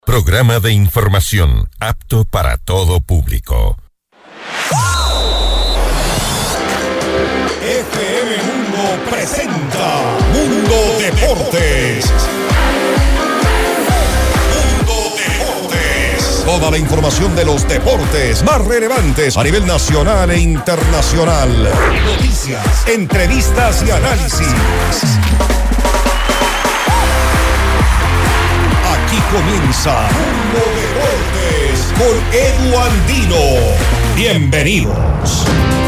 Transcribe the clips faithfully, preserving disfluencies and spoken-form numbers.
Programa de información apto para todo público. F M Mundo presenta Mundo Deportes. Mundo Deportes. Toda la información de los deportes más relevantes a nivel nacional e internacional. Noticias, entrevistas y análisis. Aquí comienza Mundo Deportes con Edu Andino. Bienvenidos.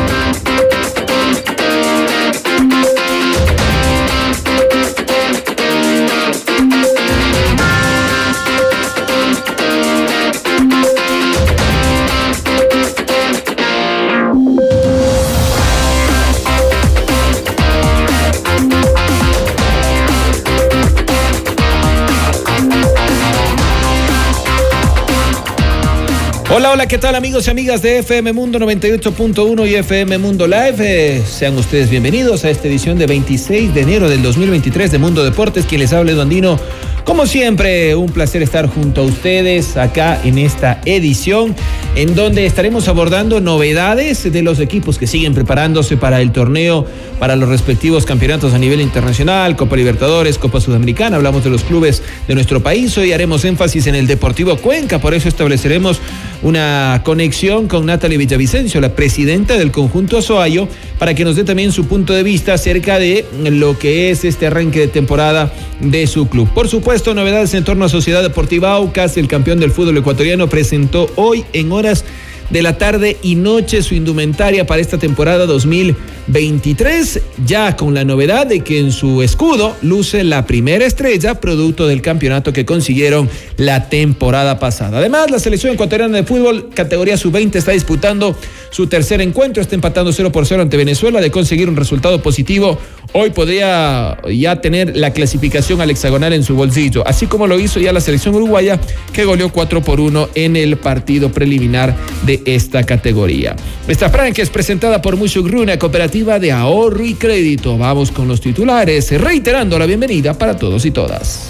Hola, hola, ¿qué tal amigos y amigas de F M Mundo noventa y ocho punto uno y F M Mundo Live? Eh, sean ustedes bienvenidos a esta edición de veintiséis de enero del dos mil veintitrés de Mundo Deportes. Quien les habla, Edu Andino. Como siempre, un placer estar junto a ustedes acá en esta edición, en donde estaremos abordando novedades de los equipos que siguen preparándose para el torneo, para los respectivos campeonatos a nivel internacional, Copa Libertadores, Copa Sudamericana. Hablamos de los clubes de nuestro país. Hoy haremos énfasis en el Deportivo Cuenca, por eso estableceremos una conexión con Natalie Villavicencio, la presidenta del conjunto Azuayo, para que nos dé también su punto de vista acerca de lo que es este arranque de temporada de su club. Por supuesto, novedades en torno a Sociedad Deportiva Aucas. El campeón del fútbol ecuatoriano presentó hoy en horas de la tarde y noche su indumentaria para esta temporada dos mil veintitrés, ya con la novedad de que en su escudo luce la primera estrella, producto del campeonato que consiguieron la temporada pasada. Además, la selección ecuatoriana de fútbol categoría sub veinte está disputando su tercer encuentro, está empatando cero por cero ante Venezuela. De conseguir un resultado positivo, hoy podría ya tener la clasificación al hexagonal en su bolsillo, así como lo hizo ya la selección uruguaya, que goleó cuatro por uno en el partido preliminar de esta categoría. Esta franja es presentada por Mushugru, una cooperativa de ahorro y crédito. Vamos con los titulares, reiterando la bienvenida para todos y todas.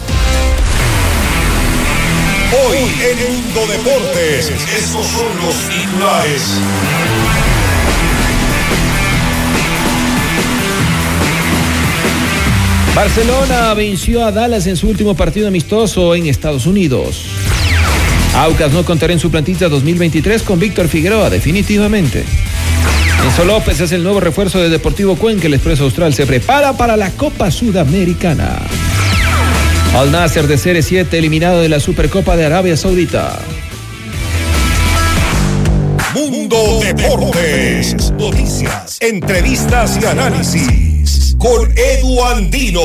Hoy en Mundo Deportes, estos son los titulares. Barcelona venció a Dallas en su último partido amistoso en Estados Unidos. Aucas no contará en su plantilla dos mil veintitrés con Víctor Figueroa, definitivamente. Enzo López es el nuevo refuerzo de Deportivo Cuenca. El Expreso Austral se prepara para la Copa Sudamericana. Al Nasser de C R siete eliminado de la Supercopa de Arabia Saudita. Mundo Deportes, noticias, entrevistas y análisis con Edu Andino.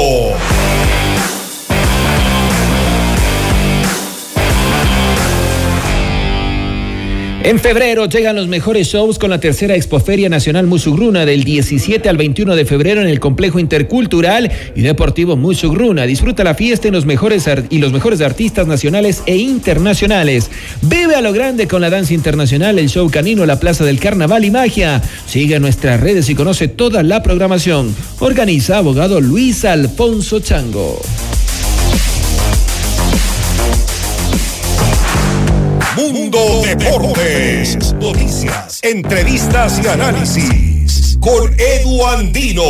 En febrero llegan los mejores shows con la tercera Expoferia Nacional Musugruna del diecisiete al veintiuno de febrero en el Complejo Intercultural y Deportivo Musugruna. Disfruta la fiesta en los mejores y los mejores artistas nacionales e internacionales. Bebe a lo grande con la danza internacional, el show canino, la Plaza del Carnaval y Magia. Sigue nuestras redes y conoce toda la programación. Organiza abogado Luis Alfonso Chango. Mundo Deportes, noticias, entrevistas y análisis con Edu Andino.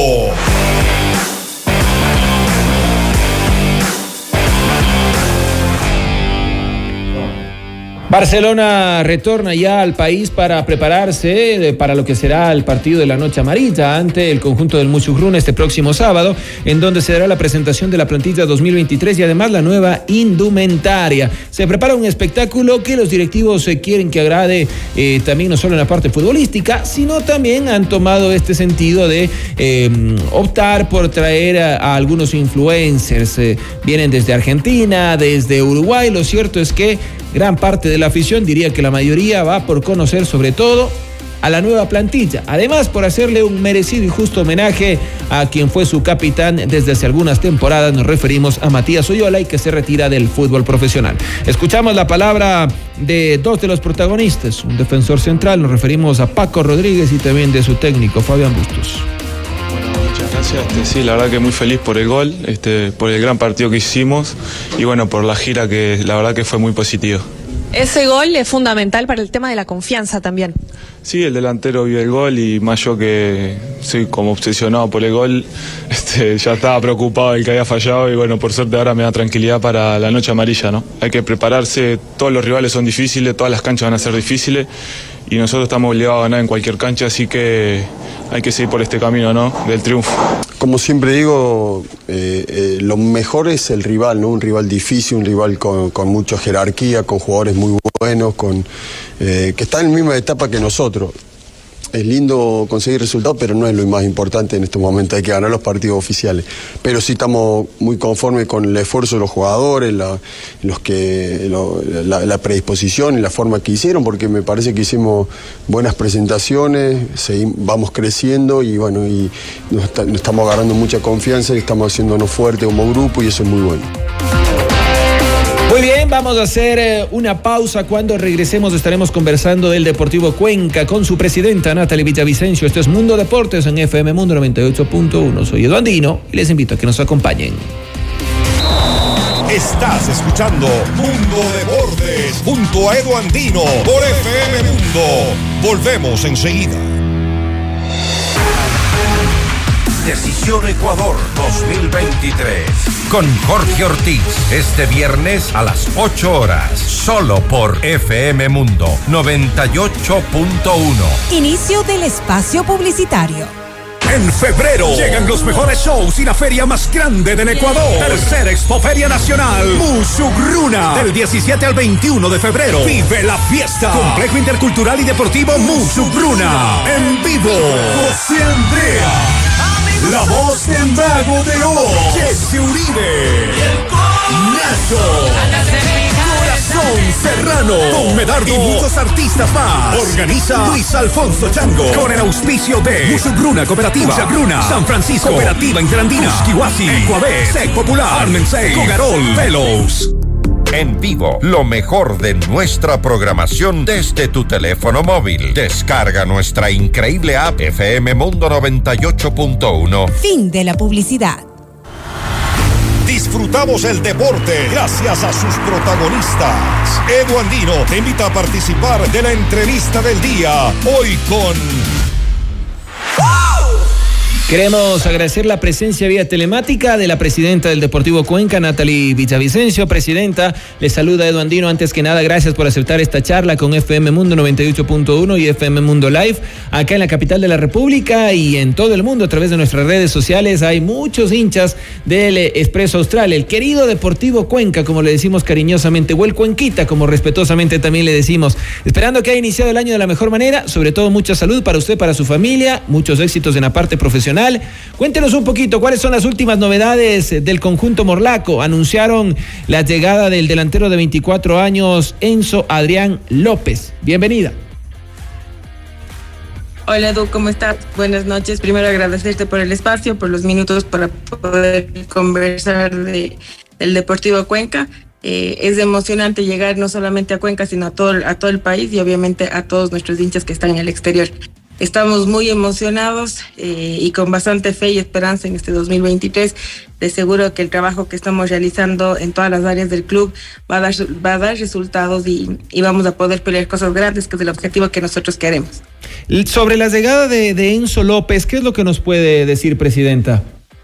Barcelona retorna ya al país para prepararse para lo que será el partido de la Noche Amarilla ante el conjunto del Musugruna este próximo sábado, en donde se dará la presentación de la plantilla dos mil veintitrés y además la nueva indumentaria. Se prepara un espectáculo que los directivos eh, quieren que agrade eh, también no solo en la parte futbolística, sino también han tomado este sentido de eh, optar por traer a, a algunos influencers. Eh, vienen desde Argentina, desde Uruguay. Lo cierto es que gran parte de la afición, diría que la mayoría, va por conocer sobre todo a la nueva plantilla. Además, por hacerle un merecido y justo homenaje a quien fue su capitán desde hace algunas temporadas. Nos referimos a Matías Oyola, y que se retira del fútbol profesional. Escuchamos la palabra de dos de los protagonistas, un defensor central, nos referimos a Paco Rodríguez, y también de su técnico, Fabián Bustos. Bueno, muchas Gracias, este, sí, la verdad que muy feliz por el gol, este, por el gran partido que hicimos y bueno, por la gira que la verdad que fue muy positivo. Ese gol es fundamental para el tema de la confianza también. Sí, el delantero vio el gol y más yo que soy como obsesionado por el gol, este, ya estaba preocupado del que había fallado y bueno, por suerte ahora me da tranquilidad para la noche amarilla, ¿no? Hay que prepararse, todos los rivales son difíciles, todas las canchas van a ser difíciles y nosotros estamos obligados a ganar en cualquier cancha, así que hay que seguir por este camino, ¿no? Del triunfo. Como siempre digo, eh, eh, lo mejor es el rival, ¿no? Un rival difícil, un rival con, con mucha jerarquía, con jugadores muy buenos, con, eh, que están en la misma etapa que nosotros. Es lindo conseguir resultados, pero no es lo más importante en este momento. Hay que ganar los partidos oficiales. Pero sí estamos muy conformes con el esfuerzo de los jugadores, la, los que, lo, la, la predisposición y la forma que hicieron, porque me parece que hicimos buenas presentaciones, seguimos, vamos creciendo y bueno, y nos, está, nos estamos agarrando mucha confianza y estamos haciéndonos fuertes como grupo y eso es muy bueno. Muy bien, vamos a hacer eh, una pausa. Cuando regresemos estaremos conversando del Deportivo Cuenca con su presidenta Natalie Villavicencio. Esto es Mundo Deportes en F M Mundo noventa y ocho punto uno. Soy Edu Andino y les invito a que nos acompañen. Estás escuchando Mundo Deportes junto a Edu Andino por F M Mundo. Volvemos enseguida. Decisión Ecuador dos mil veintitrés. Con Jorge Ortiz. Este viernes a las ocho horas. Solo por F M Mundo noventa y ocho punto uno. Inicio del espacio publicitario. En febrero llegan los mejores shows y la feria más grande del Ecuador. Tercera Expoferia Nacional Musugruna. Del diecisiete al veintiuno de febrero. Vive la fiesta. Complejo Intercultural y Deportivo Musugruna. En vivo. José Andrea. La voz del mago de Oz. Jesse Uribe. Nacho. Corazón Serrano. Don Medardo y muchos artistas más. Organiza Luis Alfonso Chango. Con el auspicio de Musugruna Cooperativa, Musagruna, San Francisco, Cooperativa Interandina, Usquihuasi, Ecuabet, Sec Popular, Armensei, Cogarol, Fellows. En vivo, lo mejor de nuestra programación desde tu teléfono móvil. Descarga nuestra increíble app F M Mundo noventa y ocho punto uno. Fin de la publicidad. Disfrutamos el deporte gracias a sus protagonistas. Edu Andino te invita a participar de la entrevista del día. Hoy con... Queremos agradecer la presencia vía telemática de la presidenta del Deportivo Cuenca, Natalie Villavicencio. Presidenta, le saluda Edu Andino. Antes que nada, gracias por aceptar esta charla con F M Mundo noventa y ocho punto uno y F M Mundo Live, acá en la capital de la República y en todo el mundo a través de nuestras redes sociales. Hay muchos hinchas del Expreso Austral, el querido Deportivo Cuenca, como le decimos cariñosamente, o el Cuenquita, como respetuosamente también le decimos. Esperando que haya iniciado el año de la mejor manera, sobre todo mucha salud para usted, para su familia, muchos éxitos en la parte profesional. Cuéntenos un poquito cuáles son las últimas novedades del conjunto morlaco. Anunciaron la llegada del delantero de veinticuatro años, Enzo Adrián López. Bienvenida. Hola Edu, ¿cómo estás? Buenas noches. Primero agradecerte por el espacio, por los minutos para poder conversar de, del Deportivo Cuenca. Eh, es emocionante llegar no solamente a Cuenca, sino a todo, a todo el país y obviamente a todos nuestros hinchas que están en el exterior. Estamos muy emocionados eh, y con bastante fe y esperanza en este dos mil veintitrés. De seguro que el trabajo que estamos realizando en todas las áreas del club va a dar, va a dar resultados y, y vamos a poder pelear cosas grandes, que es el objetivo que nosotros queremos. Sobre la llegada de, de Enzo López, ¿qué es lo que nos puede decir, presidenta?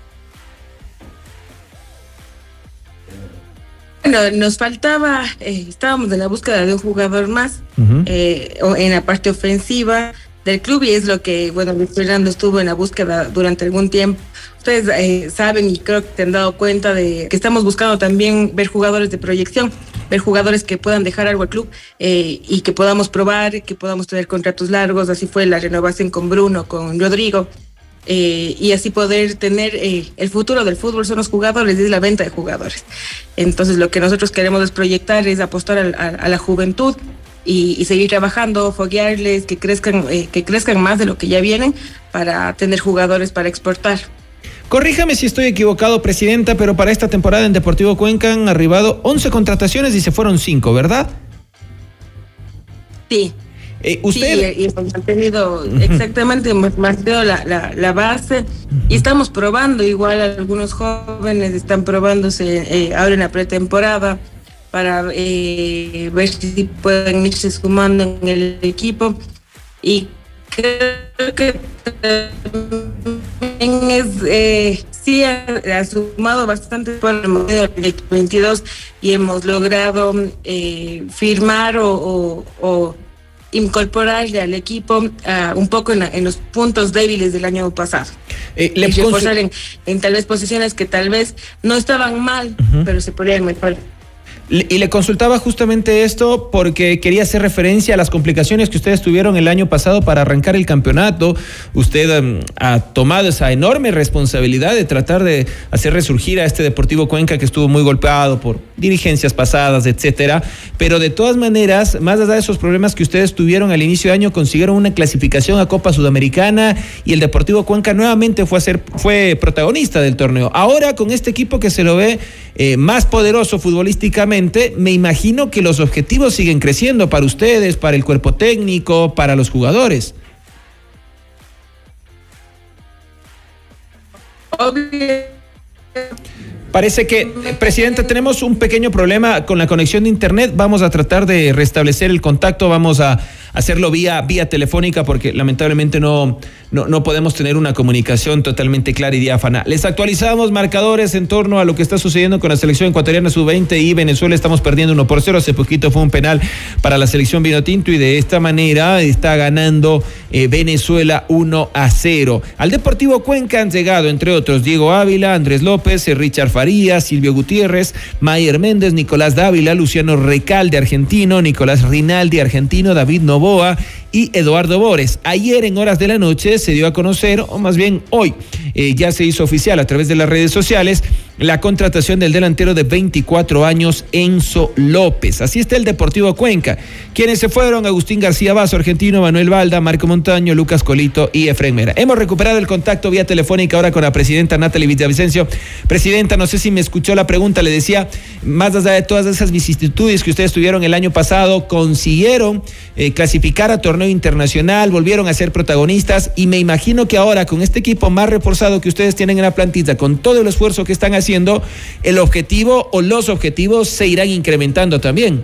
Bueno, nos faltaba, eh, estábamos en la búsqueda de un jugador más uh-huh. eh, en la parte ofensiva del club y es lo que, bueno, Luis Fernando estuvo en la búsqueda durante algún tiempo. Ustedes eh, saben y creo que te han dado cuenta de que estamos buscando también ver jugadores de proyección, ver jugadores que puedan dejar algo al club eh, y que podamos probar, que podamos tener contratos largos. Así fue la renovación con Bruno, con Rodrigo. Eh, y así poder tener eh, el futuro del fútbol son los jugadores, es la venta de jugadores. Entonces lo que nosotros queremos es proyectar, es apostar a, a, a la juventud y, y seguir trabajando, foguearles, que crezcan, eh, que crezcan más de lo que ya vienen para tener jugadores para exportar. Corríjame si estoy equivocado, presidenta, pero para esta temporada en Deportivo Cuenca han arribado once contrataciones y se fueron cinco, ¿verdad? Sí. Eh, usted... Sí, y hemos mantenido, uh-huh. exactamente, hemos mantenido la, la, la base uh-huh. y estamos probando, igual algunos jóvenes están probándose eh, ahora en la pretemporada para eh, ver si pueden irse sumando en el equipo, y creo que también es, eh, sí ha, ha sumado bastante por el modelo del veintidós y hemos logrado eh, firmar o, o, o incorporarle al equipo uh, un poco en, la, en los puntos débiles del año pasado. Eh, le y reforzar en, en tal vez posiciones que tal vez no estaban mal, uh-huh. pero se podrían mejorar. Y le consultaba justamente esto porque quería hacer referencia a las complicaciones que ustedes tuvieron el año pasado para arrancar el campeonato. Usted um, ha tomado esa enorme responsabilidad de tratar de hacer resurgir a este Deportivo Cuenca que estuvo muy golpeado por dirigencias pasadas, etcétera. Pero de todas maneras, más allá de esos problemas que ustedes tuvieron al inicio de año, consiguieron una clasificación a Copa Sudamericana y el Deportivo Cuenca nuevamente fue a ser, fue protagonista del torneo. Ahora con este equipo que se lo ve eh, más poderoso futbolísticamente, me imagino que los objetivos siguen creciendo para ustedes, para el cuerpo técnico, para los jugadores. Obvio. Parece que, presidente, tenemos un pequeño problema con la conexión de internet. Vamos a tratar de restablecer el contacto, vamos a hacerlo vía, vía telefónica porque lamentablemente no, no, no podemos tener una comunicación totalmente clara y diáfana. Les actualizamos marcadores en torno a lo que está sucediendo con la selección ecuatoriana sub veinte y Venezuela. Estamos perdiendo uno por cero. Hace poquito fue un penal para la selección vinotinto y de esta manera está ganando eh, Venezuela uno a cero. Al Deportivo Cuenca han llegado, entre otros, Diego Ávila, Andrés López, Richard Farías, Silvio Gutiérrez, Mayer Méndez, Nicolás Dávila, Luciano Recalde, argentino, Nicolás Rinaldi, argentino, David Novoa y Eduardo Bores. Ayer en horas de la noche se dio a conocer, o más bien hoy, eh, ya se hizo oficial a través de las redes sociales, la contratación del delantero de veinticuatro años, Enzo López. Así está el Deportivo Cuenca. Quienes se fueron: Agustín García Basso, argentino, Manuel Balda, Marco Montaño, Lucas Colito y Efraín Mera. Hemos recuperado el contacto vía telefónica ahora con la presidenta Natalie Villavicencio. Presidenta, no sé si me escuchó la pregunta, le decía, más allá de todas esas vicisitudes que ustedes tuvieron el año pasado, consiguieron eh, clasificar a torneo internacional, volvieron a ser protagonistas y me imagino que ahora con este equipo más reforzado que ustedes tienen en la plantilla, con todo el esfuerzo que están haciendo, haciendo, el objetivo o los objetivos se irán incrementando también.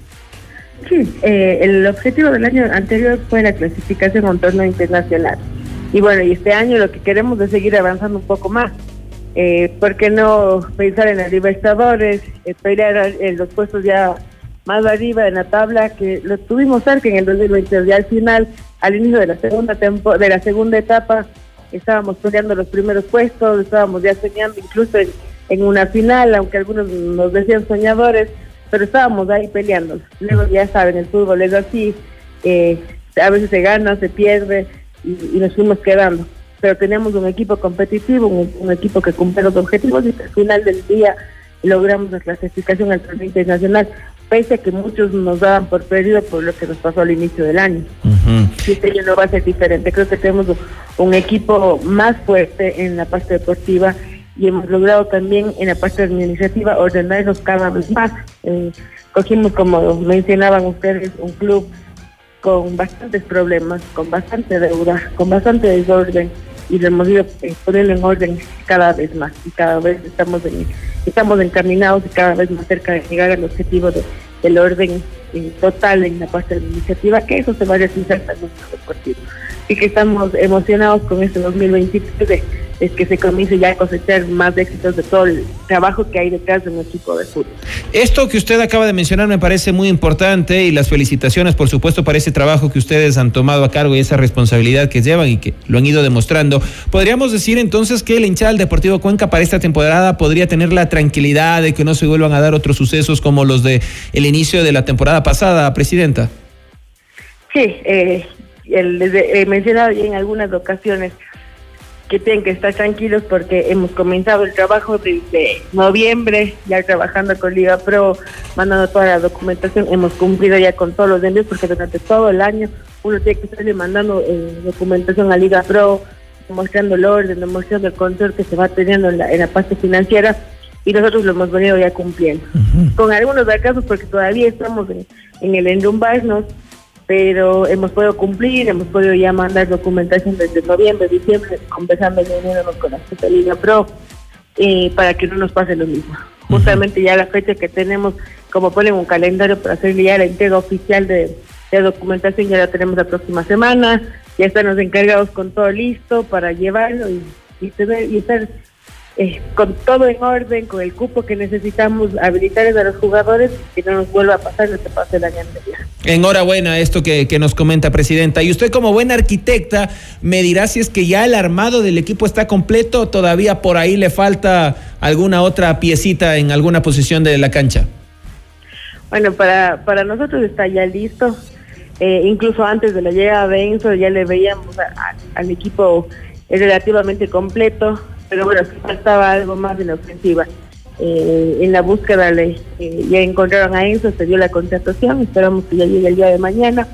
Sí, eh, el objetivo del año anterior fue la clasificación a un torneo internacional. Y bueno, y este año lo que queremos es seguir avanzando un poco más. Eh, ¿Por qué no pensar en la Libertadores, eh, pelear en los puestos ya más arriba en la tabla, que lo tuvimos cerca en el dos mil veinte, y al final, al inicio de la segunda tempo, de la segunda etapa, estábamos peleando los primeros puestos, estábamos ya soñando incluso en, en una final, aunque algunos nos decían soñadores, pero estábamos ahí peleando. Luego ya saben, el fútbol es así, eh, a veces se gana, se pierde y, y nos fuimos quedando. Pero tenemos un equipo competitivo, un, un equipo que cumple los objetivos y al final del día logramos la clasificación al torneo internacional, pese a que muchos nos daban por perdido por lo que nos pasó al inicio del año. Uh-huh. Y este año no va a ser diferente. Creo que tenemos un equipo más fuerte en la parte deportiva y hemos logrado también en la parte administrativa ordenarnos cada vez más. Eh, cogimos, como mencionaban ustedes, un club con bastantes problemas, con bastante deuda, con bastante desorden, y lo hemos ido eh, poniendo en orden cada vez más y cada vez estamos en, estamos encaminados y cada vez más cerca de llegar al objetivo de, del orden eh, total en la parte administrativa, que eso se va a realizar en nuestro deportivo. Así que estamos emocionados con este dos mil veintitrés de, de que se comience ya a cosechar más éxitos de todo el trabajo que hay detrás de un equipo de fútbol. Esto que usted acaba de mencionar me parece muy importante y las felicitaciones, por supuesto, para ese trabajo que ustedes han tomado a cargo y esa responsabilidad que llevan y que lo han ido demostrando. ¿Podríamos decir entonces que el hinchada del Deportivo Cuenca para esta temporada podría tener la tranquilidad de que no se vuelvan a dar otros sucesos como los de el inicio de la temporada pasada, presidenta? Sí, eh, el, he mencionado ya en algunas ocasiones que tienen que estar tranquilos porque hemos comenzado el trabajo desde noviembre, ya trabajando con Liga Pro, mandando toda la documentación, hemos cumplido ya con todos los envíos porque durante todo el año uno tiene que estarle mandando eh, documentación a Liga Pro, demostrando el orden, demostrando el control que se va teniendo en la, en la parte financiera, y nosotros lo hemos venido ya cumpliendo. Uh-huh. Con algunos acasos porque todavía estamos en, en el enrumbarnos, pero hemos podido cumplir, hemos podido ya mandar documentación desde noviembre, diciembre, empezando en enero con la Liga Pro, eh, para que no nos pase lo mismo. Uh-huh. Justamente ya la fecha que tenemos, como ponen un calendario para hacer ya la entrega oficial de, de documentación, ya la tenemos la próxima semana, ya están los encargados con todo listo para llevarlo y, y, tener, y estar eh, con todo en orden, con el cupo que necesitamos habilitar a los jugadores, que no nos vuelva a pasar lo que pasó el año anterior. Enhorabuena esto que, que nos comenta, presidenta. Y usted, como buena arquitecta, me dirá si es que ya el armado del equipo está completo o todavía por ahí le falta alguna otra piecita en alguna posición de la cancha. Bueno, para, para nosotros está ya listo. Eh, incluso antes de la llegada de Enzo ya le veíamos a, a, al equipo relativamente completo, pero bueno, sí faltaba algo más en la ofensiva. Eh, en la búsqueda le, eh, ya encontraron a Enzo, se dio la contratación, esperamos que ya llegue el día de mañana.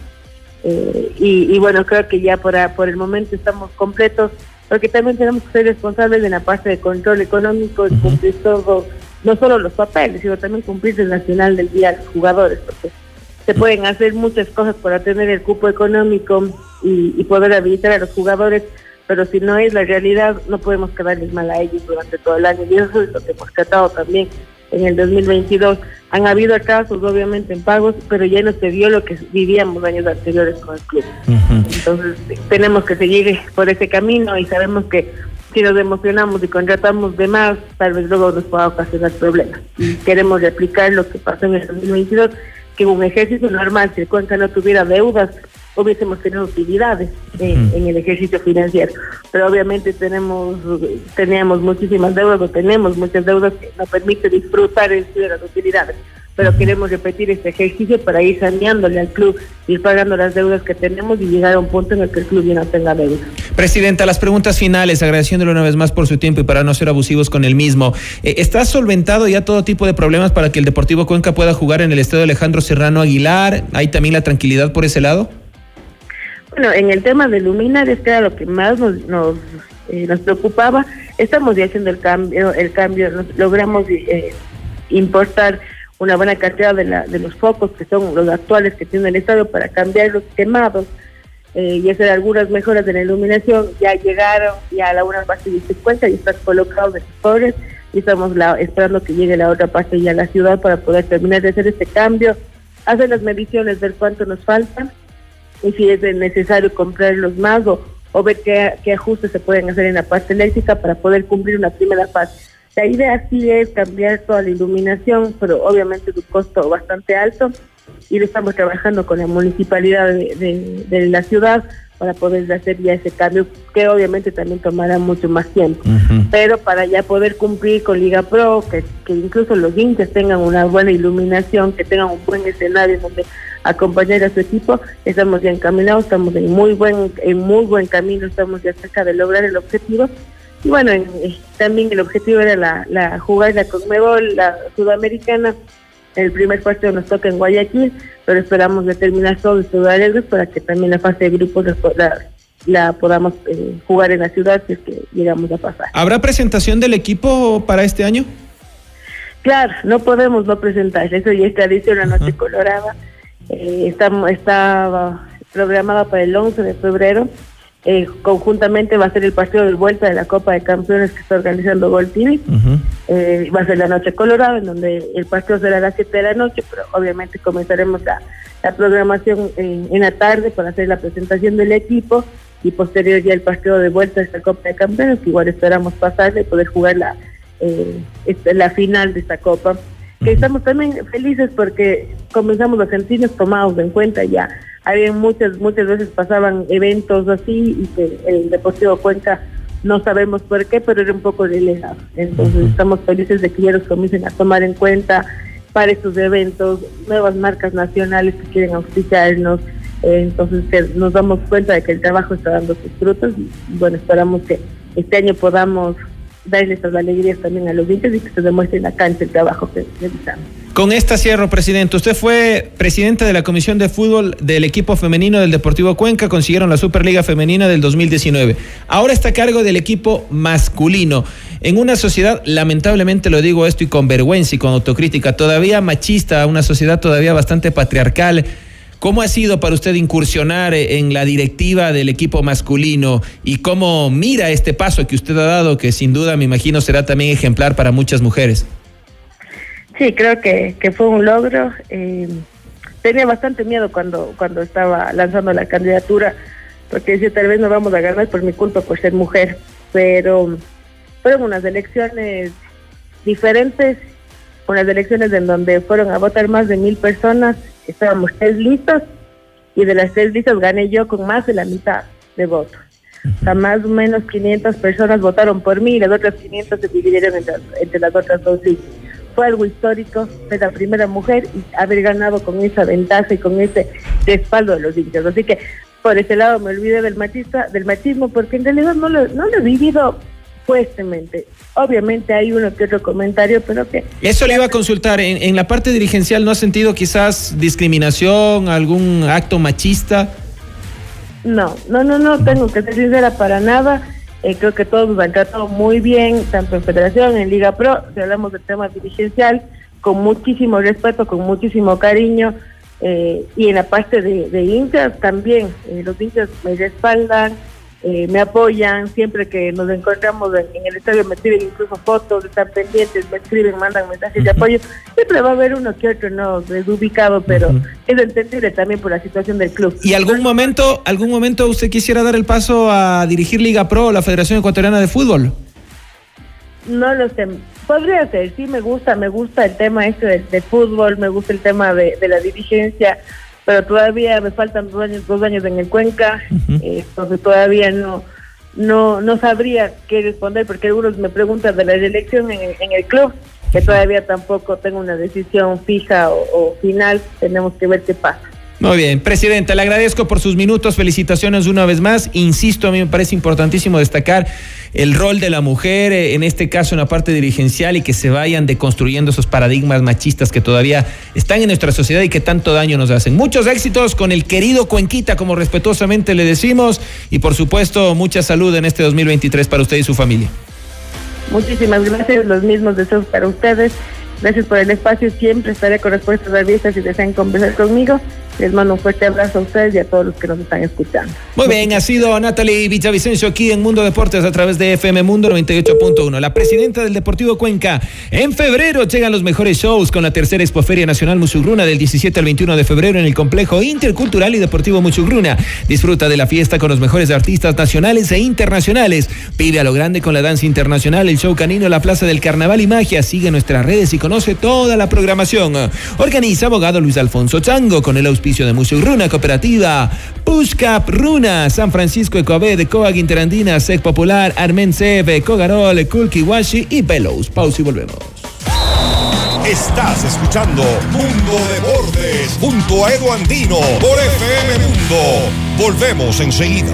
Eh, y, y bueno, creo que ya por, a, por el momento estamos completos, porque también tenemos que ser responsables de la parte de control económico y cumplir todo, no solo los papeles, sino también cumplir el nacional del día a los jugadores, porque se pueden hacer muchas cosas para tener el cupo económico y, y poder habilitar a los jugadores, pero si no es la realidad, no podemos quedarles mal a ellos durante todo el año. Y eso es lo que hemos tratado también en el dos mil veintidós. Han habido casos, obviamente, en pagos, pero ya no se vio lo que vivíamos años anteriores con el club. Uh-huh. Entonces, tenemos que seguir por ese camino y sabemos que si nos emocionamos y contratamos de más, tal vez luego nos pueda ocasionar problemas. Y queremos replicar lo que pasó en el dos mil veintidós, que un ejercicio normal, si el Cuenca no tuviera deudas, hubiésemos tenido utilidades eh, uh-huh. en el ejercicio financiero, pero obviamente tenemos teníamos muchísimas deudas, o tenemos muchas deudas que no permiten disfrutar en sí de las utilidades, pero queremos repetir este ejercicio para ir saneándole al club, ir pagando las deudas que tenemos y llegar a un punto en el que el club ya no tenga deudas. Presidenta, las preguntas finales, agradeciéndole una vez más por su tiempo y para no ser abusivos con el mismo. Eh, ¿Está solventado ya todo tipo de problemas para que el Deportivo Cuenca pueda jugar en el estadio Alejandro Serrano Aguilar? ¿Hay también la tranquilidad por ese lado? Bueno, en el tema de luminarias, que era lo que más nos nos, eh, nos preocupaba, estamos ya haciendo el cambio, el cambio, nos logramos eh, importar una buena cantidad de, la, de los focos que son los actuales que tiene el estadio para cambiar los quemados eh, y hacer algunas mejoras en la iluminación. Ya llegaron, ya a la una parte de cincuenta y están colocados expositores y estamos la, esperando que llegue la otra parte ya a la ciudad para poder terminar de hacer este cambio, hacer las mediciones, ver cuánto nos falta y si es necesario comprarlos más o, o ver qué, qué ajustes se pueden hacer en la parte eléctrica para poder cumplir una primera fase. La idea sí es cambiar toda la iluminación, pero obviamente es un costo bastante alto y lo estamos trabajando con la municipalidad de, de, de la ciudad para poder hacer ya ese cambio, que obviamente también tomará mucho más tiempo. Uh-huh. Pero para ya poder cumplir con Liga Pro, que, que incluso los hinchas tengan una buena iluminación, que tengan un buen escenario donde acompañar a su equipo, estamos ya encaminados, estamos en muy buen en muy buen camino, estamos ya cerca de lograr el objetivo. Y bueno, en, eh, también el objetivo era la, la jugar la Conmebol, la Sudamericana. El primer partido nos toca en Guayaquil, pero esperamos de terminar todo y Ciudad Alegre para que también la fase de grupos la, la, la podamos eh, jugar en la ciudad si es que llegamos a pasar. ¿Habrá presentación del equipo para este año? Claro, no podemos no presentar, eso ya es tradición, la Noche uh-huh. Colorada. Eh, está, está programada para el once de febrero. Eh, conjuntamente va a ser el partido de vuelta de la Copa de Campeones que está organizando Gol T V. Uh-huh. Eh, va a ser la Noche Colorada, en donde el partido será a las siete de la noche, pero obviamente comenzaremos la, la programación eh, en la tarde para hacer la presentación del equipo y posterior ya el partido de vuelta de esta Copa de Campeones, que igual esperamos pasarle y poder jugar la, eh, esta, la final de esta Copa. Que uh-huh. estamos también felices porque comenzamos a sentirnos tomados en cuenta ya. Había muchas, muchas veces pasaban eventos así y que el Deportivo Cuenca no sabemos por qué, pero era un poco relegado. Entonces uh-huh. estamos felices de que ya los comiencen a tomar en cuenta para estos eventos, nuevas marcas nacionales que quieren auspiciarnos. Eh, entonces que nos damos cuenta de que el trabajo está dando sus frutos y bueno, esperamos que este año podamos darles esas alegrías también a los hinchas y que se demuestre en la cancha el trabajo que realizamos. Con esta cierro, presidente. Usted fue presidente de la Comisión de Fútbol del equipo femenino del Deportivo Cuenca, consiguieron la Superliga Femenina del dos mil diecinueve. Ahora está a cargo del equipo masculino. En una sociedad, lamentablemente lo digo esto y con vergüenza y con autocrítica, todavía machista, una sociedad todavía bastante patriarcal. ¿Cómo ha sido para usted incursionar en la directiva del equipo masculino y cómo mira este paso que usted ha dado, que sin duda me imagino será también ejemplar para muchas mujeres? Sí, creo que, que fue un logro. Eh, tenía bastante miedo cuando, cuando estaba lanzando la candidatura, porque decía, tal vez no vamos a ganar por mi culpa, por ser mujer, pero fueron unas elecciones diferentes, unas elecciones en donde fueron a votar más de mil personas, estábamos tres listas, y de las tres listas gané yo con más de la mitad de votos. O sea, más o menos quinientas personas votaron por mí y las otras quinientas se dividieron entre, entre las otras dos listas. Fue algo histórico, ser la primera mujer y haber ganado con esa ventaja y con ese respaldo de los hinchas. Así que por ese lado me olvidé del machista, del machismo, porque en realidad no lo, no lo he vivido fuertemente. Obviamente hay uno que otro comentario, pero que... Eso le iba a consultar, en, en la parte dirigencial, ¿no ha sentido quizás discriminación, algún acto machista? No, no, no, no, tengo que ser sincera, para nada. Eh, creo que todos nos han tratado muy bien, tanto en Federación, en Liga Pro, si hablamos del tema dirigencial, con muchísimo respeto, con muchísimo cariño, eh, y en la parte de, de hinchas también, eh, los hinchas me respaldan, eh, me apoyan, siempre que nos encontramos en, en el estadio me escriben incluso fotos, están pendientes, me escriben, mandan mensajes de apoyo. Siempre va a haber uno que otro no desubicado, pero uh-huh. es entendible también por la situación del club. ¿Y algún momento, algún momento usted quisiera dar el paso a dirigir Liga Pro o la Federación Ecuatoriana de Fútbol? No lo sé, podría ser, sí me gusta, me gusta el tema este de, de fútbol, me gusta el tema de, de la dirigencia, pero todavía me faltan dos años, dos años en el Cuenca, uh-huh. eh, entonces todavía no, no, no sabría qué responder, porque algunos me preguntan de la reelección en el, en el club, que todavía tampoco tengo una decisión fija o, o final, tenemos que ver qué pasa. Muy bien, Presidenta, le agradezco por sus minutos, felicitaciones una vez más. Insisto, a mí me parece importantísimo destacar el rol de la mujer, en este caso en la parte dirigencial, y que se vayan deconstruyendo esos paradigmas machistas que todavía están en nuestra sociedad y que tanto daño nos hacen. Muchos éxitos con el querido Cuenquita, como respetuosamente le decimos, y por supuesto mucha salud en este dos mil veintitrés para usted y su familia. Muchísimas gracias, los mismos deseos para ustedes. Gracias por el espacio, siempre estaré con respuestas abiertas si desean conversar conmigo. Les mando un fuerte abrazo a ustedes y a todos los que nos están escuchando. Muy bien, ha sido Natalie Villavicencio aquí en Mundo Deportes a través de F M Mundo noventa y ocho punto uno. La presidenta del Deportivo Cuenca. En febrero llegan los mejores shows con la tercera Expoferia Nacional Musugruna del diecisiete al veintiuno de febrero en el Complejo Intercultural y Deportivo Musugruna. Disfruta de la fiesta con los mejores artistas nacionales e internacionales. Vive a lo grande con la danza internacional, el show canino, la Plaza del Carnaval y Magia. Sigue nuestras redes y conoce toda la programación. Organiza abogado Luis Alfonso Chango con el auspicio de Musugruna Cooperativa, Pushcap Runa, San Francisco Ecoabé, de Coag Interandina, Sec Popular, Armen Seve, Cogarol, Kulkiwashi y Pelos. Pausa y volvemos. Estás escuchando Mundo Deportes junto a Edu Andino por F M Mundo. Volvemos enseguida.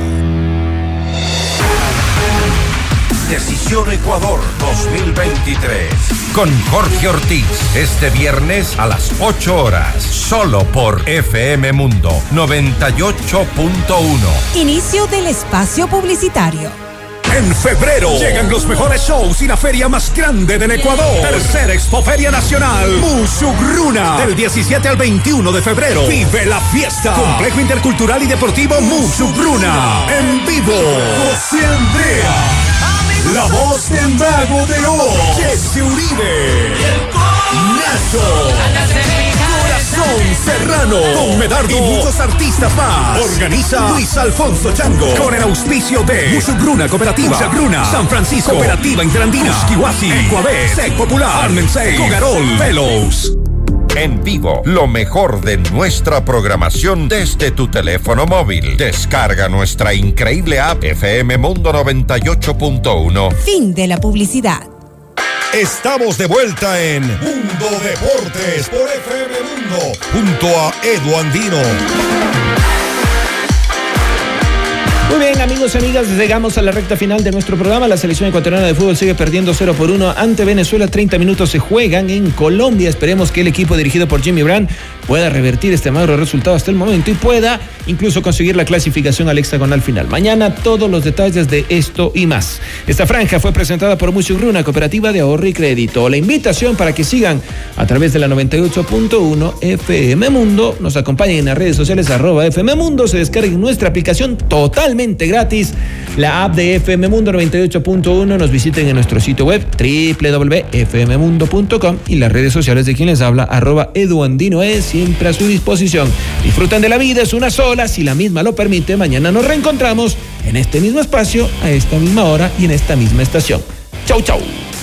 Decisión Ecuador dos mil veintitrés con Jorge Ortiz, este viernes a las ocho horas, solo por F M Mundo noventa y ocho punto uno. Inicio del espacio publicitario. En febrero llegan los mejores shows y la feria más grande del Ecuador. Tercera Expoferia Nacional Musugruna. Del diecisiete al veintiuno de febrero. Vive la fiesta. Complejo Intercultural y Deportivo Musugruna. En vivo, José Andrea. La voz del mago de Oz, Jesse Uribe, Nacho, Corazón Serrano, Don Medardo y muchos artistas más. Organiza Luis Alfonso Chango con el auspicio de Musugruna Cooperativa, Musugruna, San Francisco, Cooperativa Interandina, Kuskiwasi, Ecuabé, Sec Popular, Armensei, Cogarol, Pelos. En vivo, lo mejor de nuestra programación desde tu teléfono móvil. Descarga nuestra increíble app F M Mundo noventa y ocho punto uno. Fin de la publicidad. Estamos de vuelta en Mundo Deportes por F M Mundo junto a Edu Andino. Muy bien, amigos y amigas, llegamos a la recta final de nuestro programa. La selección ecuatoriana de fútbol sigue perdiendo cero por uno ante Venezuela. treinta minutos se juegan en Colombia. Esperemos que el equipo dirigido por Jimmy Brand pueda revertir este magro resultado hasta el momento y pueda incluso conseguir la clasificación al hexagonal final. Mañana todos los detalles de esto y más. Esta franja fue presentada por Musugruna, cooperativa de ahorro y crédito. La invitación para que sigan a través de la noventa y ocho punto uno F M Mundo, nos acompañen en las redes sociales arroba F M Mundo, se descarguen nuestra aplicación totalmente gratis, la app de F M Mundo noventa y ocho punto uno, nos visiten en nuestro sitio web doble u doble u doble u punto f m mundo punto com y las redes sociales de quien les habla arroba eduandino es siempre a su disposición. Disfruten de la vida, es una sola, si la misma lo permite. Mañana nos reencontramos en este mismo espacio, a esta misma hora y en esta misma estación. Chau, chau.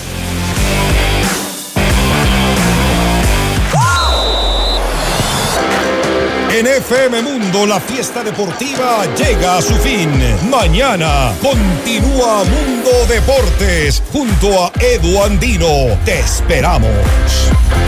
En F M Mundo, la fiesta deportiva llega a su fin. Mañana continúa Mundo Deportes junto a Edu Andino. Te esperamos.